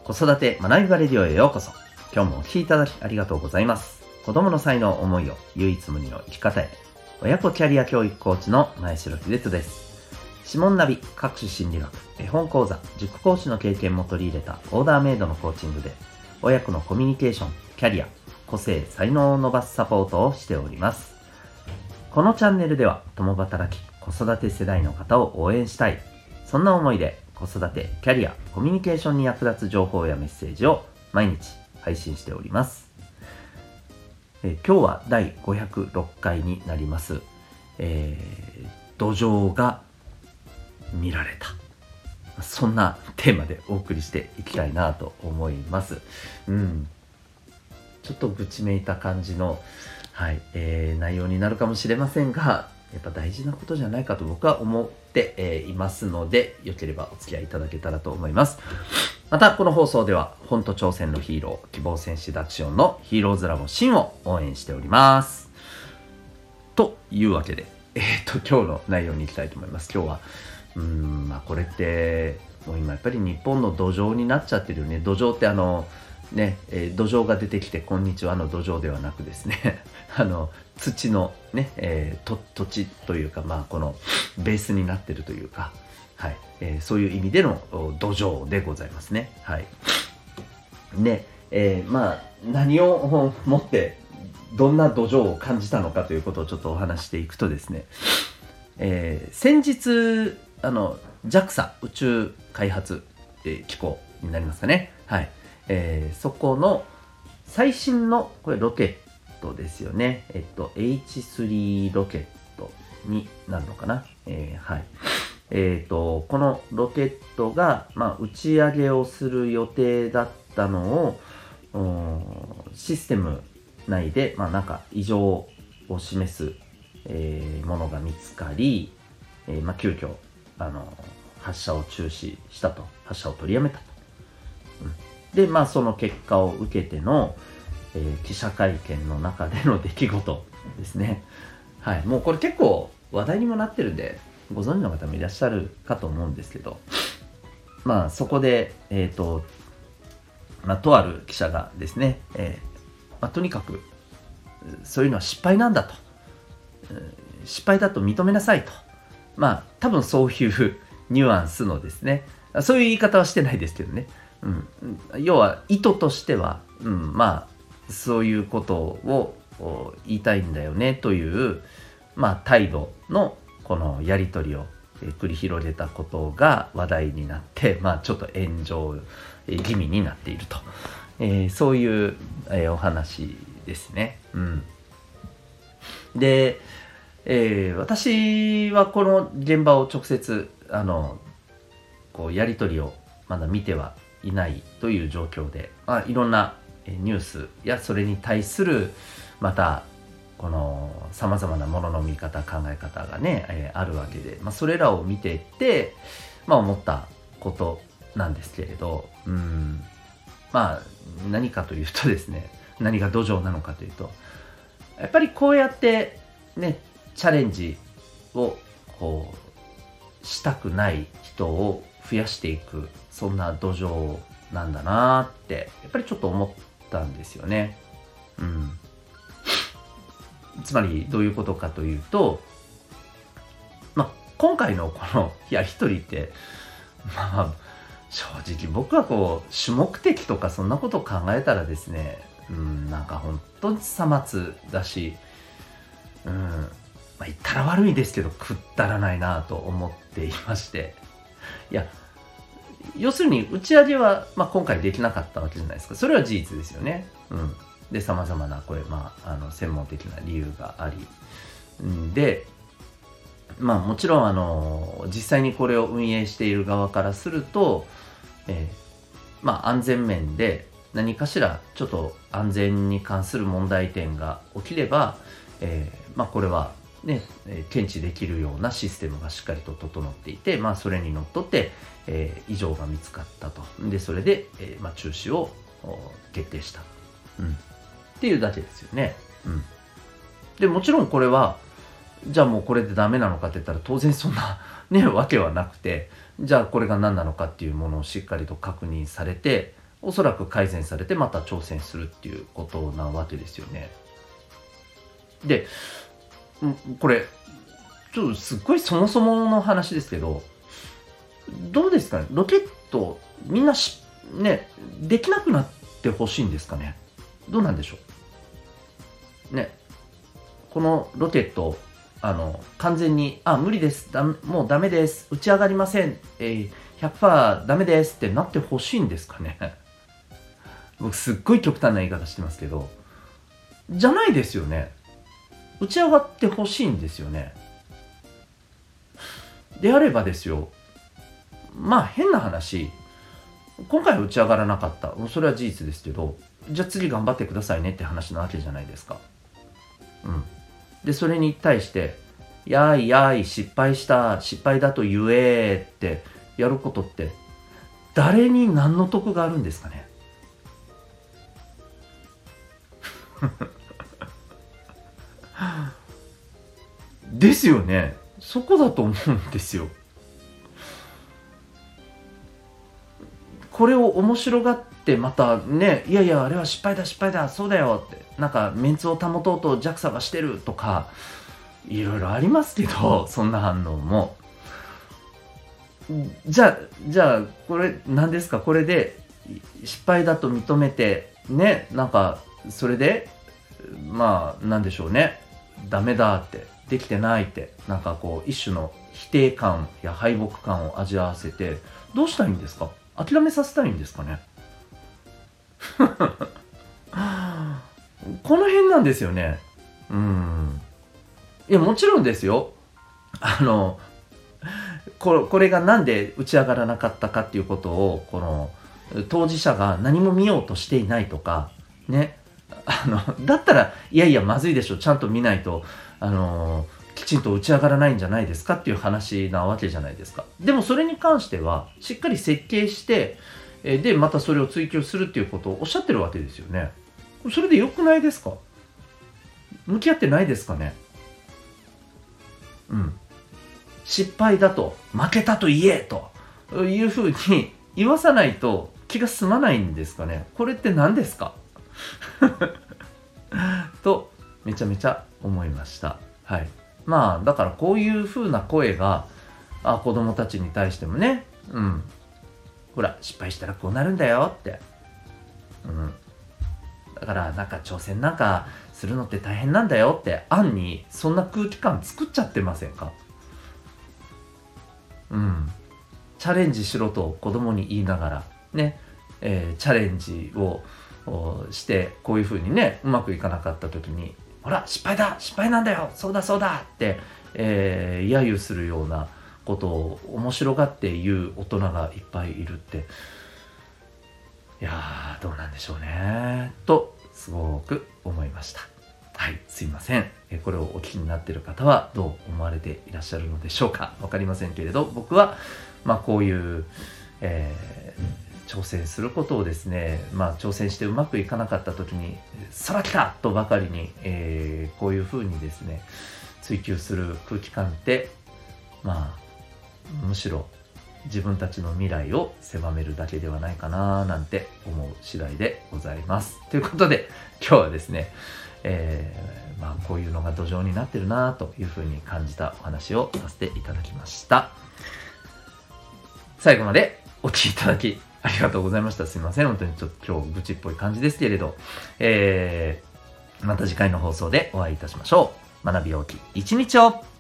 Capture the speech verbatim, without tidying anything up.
子育て学びバレディオへようこそ。今日もお聞きいただきありがとうございます。子供の才能思いを唯一無二の生き方へ、親子キャリア教育コーチの前城秀人です。指紋ナビ、各種心理学、絵本講座、塾講師の経験も取り入れたオーダーメイドのコーチングで、親子のコミュニケーション、キャリア、個性、才能を伸ばすサポートをしております。このチャンネルでは共働き子育て世代の方を応援したい、そんな思いで子育て、キャリア、コミュニケーションに役立つ情報やメッセージを毎日配信しております。え今日はだいごひゃくろっかいになります。えー、土壌が見られた、そんなテーマでお送りしていきたいなと思います。うん、ちょっとぶちめいた感じの、はいえー、内容になるかもしれませんが、やっぱ大事なことじゃないかと僕は思って、えー、いますので、よければお付き合いいただけたらと思います。またこの放送では本と挑戦のヒーロー、希望戦士ダクションのヒーローズラボシンを応援しております。というわけで、えー、と今日の内容に行きたいと思います。今日はうーん、まあ、これってもう今やっぱり日本の土壌になっちゃってるよね。土壌ってあのね、えー、土壌が出てきてこんにちはの土壌ではなくですねあの土のね、えー、と土地というか、まあこのベースになってるというか、はい、えー、そういう意味での土壌でございますね。はい。で、えー、まあ何をもってどんな土壌を感じたのかということをちょっとお話していくとですね、えー、先日あの ジャクサ 宇宙開発、えー、機構になりますかね。はい。えー、そこの最新のこれロケットですよね。えっと エイチスリー ロケットになるのかな。えー、はい。えっとこのロケットが、まあ、打ち上げをする予定だったのをシステム内で、まあ、なんか異常を示す、えー、ものが見つかり、えーまあ、急遽あの発射を中止したと、発射を取りやめたと。うんで、まあその結果を受けての、えー、記者会見の中での出来事ですね。はい、もうこれ結構話題にもなってるんで、ご存知の方もいらっしゃるかと思うんですけど、まあそこで、えっと、まあとある記者がですね、えーまあ、とにかくそういうのは失敗なんだと、失敗だと認めなさいと、まあ多分そういうニュアンスのですね、そういう言い方はしてないですけどね。うん、要は意図としては、うん、まあそういうことを言いたいんだよねという、まあ、態度のこのやり取りを繰り広げたことが話題になって、まあ、ちょっと炎上気味になっていると、えー、そういう、えー、お話ですね。うん、で、えー、私はこの現場を直接あのこうやり取りをまだ見てはいないという状況で、まあ、いろんなニュースやそれに対するまたこのさまざまなものの見方、考え方がね、えー、あるわけで、まあ、それらを見ていって、まあ、思ったことなんですけれど、うん、まあ何かというとですね、何が土壌なのかというと、やっぱりこうやってねチャレンジをこうしたくない人を増やしていく、そんな土壌なんだなってやっぱりちょっと思ったんですよね。うん、つまりどういうことかというと、まあ、今回のこのやり取りって、まあ正直僕はこう主目的とかそんなことを考えたらですね、うん、なんか本当にさまつだし、うん、まあ、言ったら悪いですけどくだらないなと思っていまして、いや要するに打ち上げは、まあ、今回できなかったわけじゃないですか。それは事実ですよね。うん、でさまざまなこれ、まあ、あの専門的な理由があり、うん、でまあもちろんあの実際にこれを運営している側からすると、えー、まあ安全面で何かしらちょっと安全に関する問題点が起きれば、えー、まあこれはね、検知できるようなシステムがしっかりと整っていて、まあ、それにのっとって、えー、異常が見つかったと。でそれで、えーまあ、中止を決定した、うん、っていうだけですよね。うん、でもちろんこれはじゃあもうこれでダメなのかって言ったら当然そんな、ね、わけはなくて、じゃあこれが何なのかっていうものをしっかりと確認されて、 おそらく改善されてまた挑戦するっていうことなわけですよね。で、これちょっとすっごいそもそもの話ですけど、どうですかね、ロケットみんなしねできなくなってほしいんですかね。どうなんでしょうね。このロケットあの完全にあ無理ですだもうダメです打ち上がりません、えー、ひゃくパーセント ダメですってなってほしいんですかね。僕すっごい極端な言い方してますけど、じゃないですよね。打ち上がってほしいんですよね。であればですよ、まあ変な話、今回は打ち上がらなかった、それは事実ですけど、じゃあ次頑張ってくださいねって話なわけじゃないですか。うん。でそれに対して「やーいやーい失敗した失敗だと言え」ってやることって誰に何の得があるんですかね。ですよね。そこだと思うんですよ。これを面白がってまたね、いやいやあれは失敗だ失敗だそうだよってなんかメンツを保とうと ジャクサ がしてるとかいろいろありますけど、そんな反応もじゃあじゃあこれ何ですか。これで失敗だと認めてね、なんかそれでまあなんでしょうね、ダメだってできてないってなんかこう一種の否定感や敗北感を味わわせてどうしたいんですか。諦めさせたいんですかね。この辺なんですよね。うん。いやもちろんですよ。あのこれ、これがなんで打ち上がらなかったかっていうことをこの当事者が何も見ようとしていないとかね、あのだったらいやいやまずいでしょ、ちゃんと見ないとあのきちんと打ち上がらないんじゃないですかっていう話なわけじゃないですか。でもそれに関してはしっかり設計してでまたそれを追求するっていうことをおっしゃってるわけですよね。それで良くないですか。向き合ってないですかね。うん。失敗だと負けたと言えというふうに言わさないと気が済まないんですかね。これって何ですかとめちゃめちゃ思いました。はい。まあだからこういうふうな声があ子供たちに対してもね、うん、ほら失敗したらこうなるんだよって、うん、だからなんか挑戦なんかするのって大変なんだよって暗にそんな空気感作っちゃってませんか。うん、チャレンジしろと子供に言いながらね、えー、チャレンジをしてこういうふうにねうまくいかなかった時にほら失敗だ失敗なんだよそうだそうだって、えー、揶揄するようなことを面白がって言う大人がいっぱいいるって、いやーどうなんでしょうねとすごく思いました。はい、すいません。これをお聞きになっている方はどう思われていらっしゃるのでしょうか。わかりませんけれど、僕はまあこういう、えー、挑戦することをですね、まあ挑戦してうまくいかなかった時にさら来たとばかりに、えー、こういうふうにですね追求する空気感ってまあむしろ自分たちの未来を狭めるだけではないかななんて思う次第でございます。ということで今日はですね、えー、まあこういうのが土壌になってるなというふうに感じたお話をさせていただきました。最後までお聞きいただきありがとうございました。すいません。本当にちょっと今日愚痴っぽい感じですけれど、えー、また次回の放送でお会いいたしましょう。学び大きい一日を。